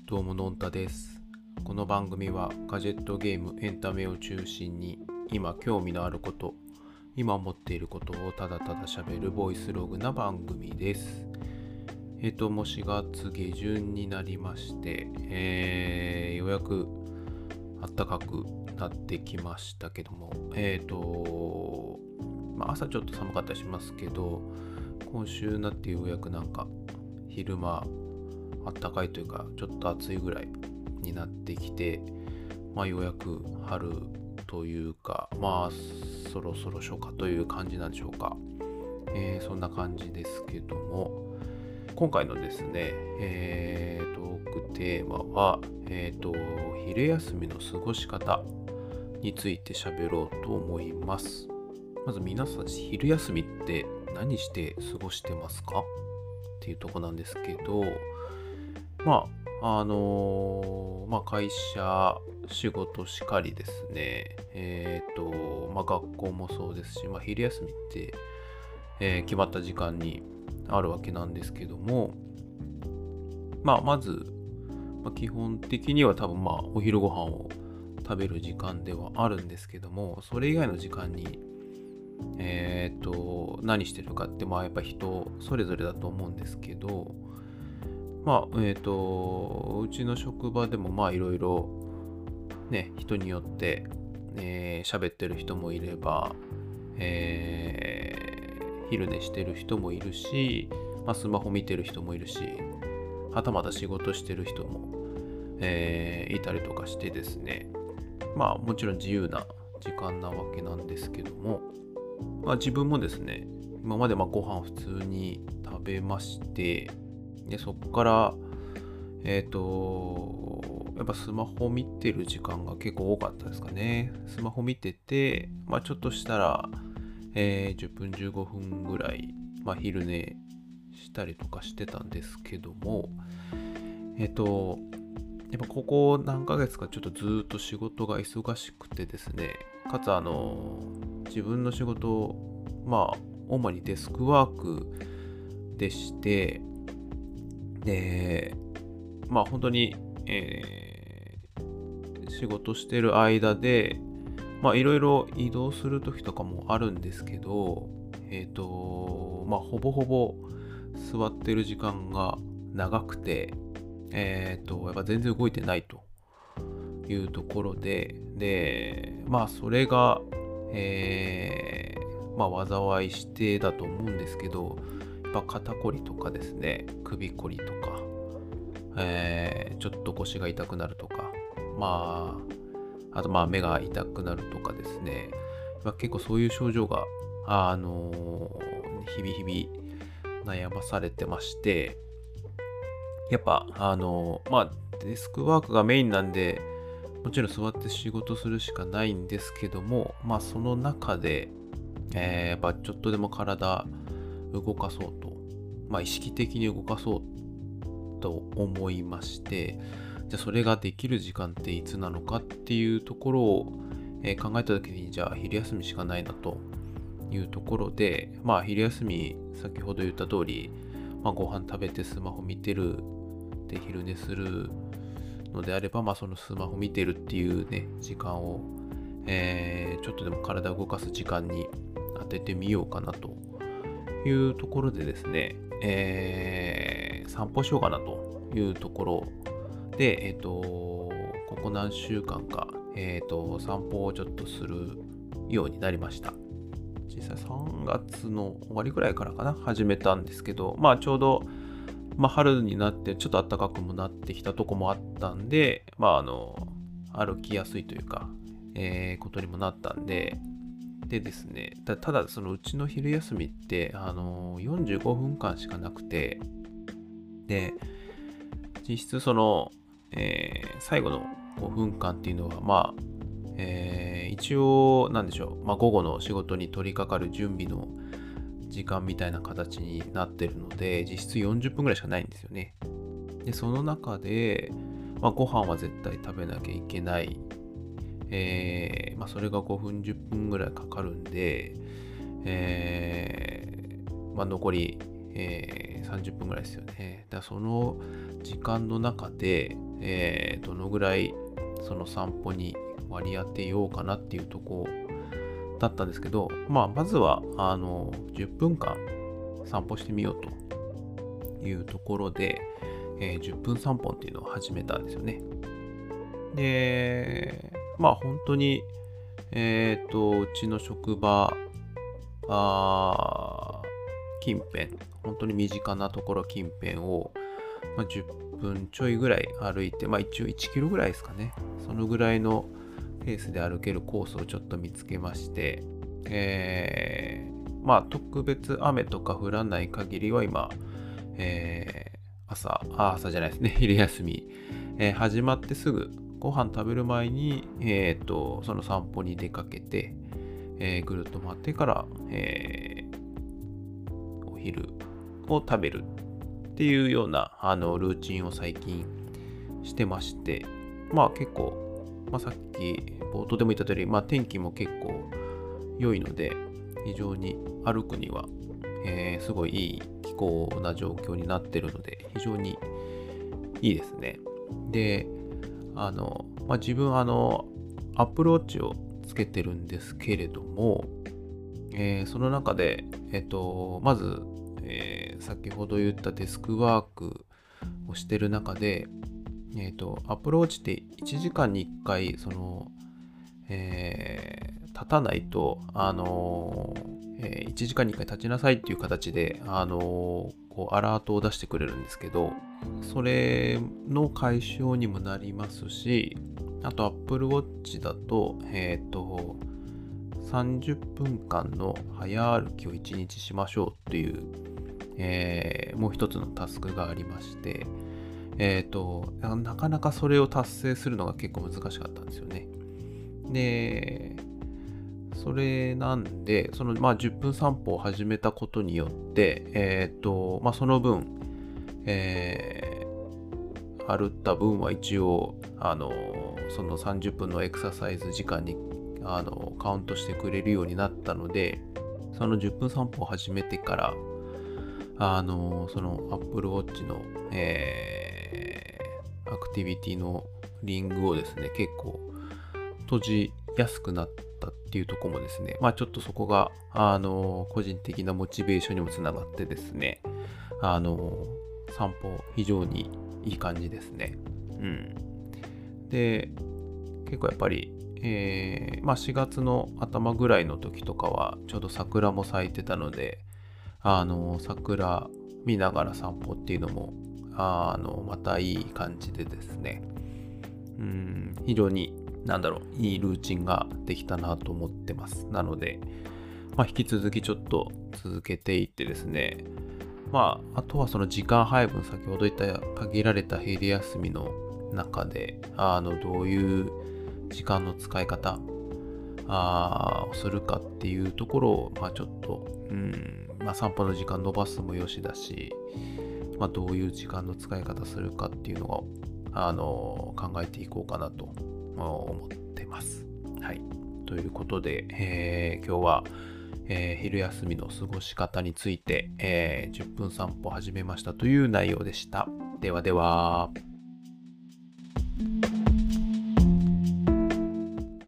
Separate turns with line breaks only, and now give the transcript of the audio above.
どうものんたです。この番組はガジェットゲームエンタメを中心に今興味のあること、今思っていることをただただ喋るボイスログな番組です。もう4月下旬になりまして、ようやく暖かくなってきましたけども、朝ちょっと寒かったりしますけど、今週になってようやく昼間暖かいというかちょっと暑いぐらいになってきて、ようやく春というかそろそろ初夏という感じなんでしょうか。そんな感じですけども、今回のですね、トークテーマは、昼休みの過ごし方について喋ろうと思います。まず皆さん、昼休みって何して過ごしてますかっていうとこなんですけど、会社、仕事しかりですね、学校もそうですし、昼休みって、決まった時間にあるわけなんですけども、まず、基本的には多分お昼ご飯を食べる時間ではあるんですけども、それ以外の時間に何してるかってやっぱ人それぞれだと思うんですけど、うちの職場でもいろいろね、人によって喋ってる人もいれば、昼寝してる人もいるし、スマホ見てる人もいるし、はたまた仕事してる人も、いたりとかしてですね、もちろん自由な時間なわけなんですけども、自分もですね、今までご飯普通に食べまして、でそこからやっぱスマホ見てる時間が結構多かったですかね。スマホ見てて、ちょっとしたら、10分15分ぐらい、昼寝したりとかしてたんですけども、やっぱここ何ヶ月かちょっとずっと仕事が忙しくてですね、かつ自分の仕事、主にデスクワークでして、で、本当に、仕事してる間で、いろいろ移動する時とかもあるんですけど、ほぼほぼ座ってる時間が長くて、やっぱ全然動いてないというところで、それが、災いしてだと思うんですけど、やっぱ肩こりとかですね、首こりとか、ちょっと腰が痛くなるとか、あと目が痛くなるとかですね、結構そういう症状が、日々悩まされてまして、やっぱデスクワークがメインなんで、もちろん座って仕事するしかないんですけども、その中で、やっぱちょっとでも体動かそうと、意識的に動かそうと思いまして、じゃあそれができる時間っていつなのかっていうところを、考えた時に、じゃあ昼休みしかないなというところで、昼休み先ほど言った通り、ご飯食べてスマホ見てるで昼寝するのであれば、そのスマホ見てるっていうね時間を、ちょっとでも体を動かす時間に当ててみようかなというところでですね、散歩しようかなというところで、ここ何週間か、散歩をちょっとするようになりました。実際3月の終わりぐらいからかな、始めたんですけど、ちょうど、春になってちょっと暖かくもなってきたとこもあったんで、歩きやすいというか、ことにもなったんで、でですね、ただそのうちの昼休みって、45分間しかなくて、で、実質その、最後の5分間っていうのは、一応、なんでしょう、午後の仕事に取り掛かる準備の時間みたいな形になってるので、実質40分ぐらいしかないんですよね。で、その中で、ご飯は絶対食べなきゃいけない。それが5分、10分ぐらいかかるんで、残り、30分ぐらいですよね。だからその時間の中で、 どのぐらいその散歩に割り当てようかなっていうとこだったんですけど、まずは10分間散歩してみようというところで、10分散歩っていうのを始めたんですよね。で、本当に、うちの職場近辺、本当に身近なところ近辺を、10分ちょいぐらい歩いて、一応1キロぐらいですかね。そのぐらいのペースで歩けるコースをちょっと見つけまして、特別雨とか降らない限りは今、朝じゃないですね、昼休み、始まってすぐご飯食べる前に、その散歩に出かけて、ぐるっと回ってから、お昼を食べるっていうようなルーチンを最近してまして、結構、さっき冒頭でも言った通り、天気も結構良いので、非常に歩くには、すごいいい気候な状況になっているので、非常にいいですね。で、自分Apple Watch をつけてるんですけれども、その中で、まず、先ほど言ったデスクワークをしてる中で、Apple Watch って1時間に1回立たないと、1時間に1回立ちなさいっていう形で、アラートを出してくれるんですけど、それの解消にもなりますし、あと Apple Watch だと、30分間の早歩きを1日しましょうっていう、もう一つのタスクがありまして、なかなかそれを達成するのが結構難しかったんですよね。で、それなんで、10分散歩を始めたことによって、その分、歩った分は一応、その30分のエクササイズ時間にカウントしてくれるようになったので、その10分散歩を始めてから、その Apple Watch の、アクティビティのリングをですね、結構閉じやすくなったっていうところもですね、ちょっとそこが、個人的なモチベーションにもつながってですね、散歩非常にいい感じですね。で、結構やっぱり、4月の頭ぐらいの時とかはちょうど桜も咲いてたので、桜見ながら散歩っていうのもまたいい感じでですね、非常にいいルーチンができたなと思ってます。なので、引き続きちょっと続けていってですね、あとはその時間配分、先ほど言った限られた昼休みの中で、どういう時間の使い方をするかっていうところを、ちょっと、散歩の時間伸ばすもよしだし、どういう時間の使い方するかっていうのを、考えていこうかなと思ってます。はい。ということで、今日は、昼休みの過ごし方について、10分散歩始めましたという内容でした。ではでは。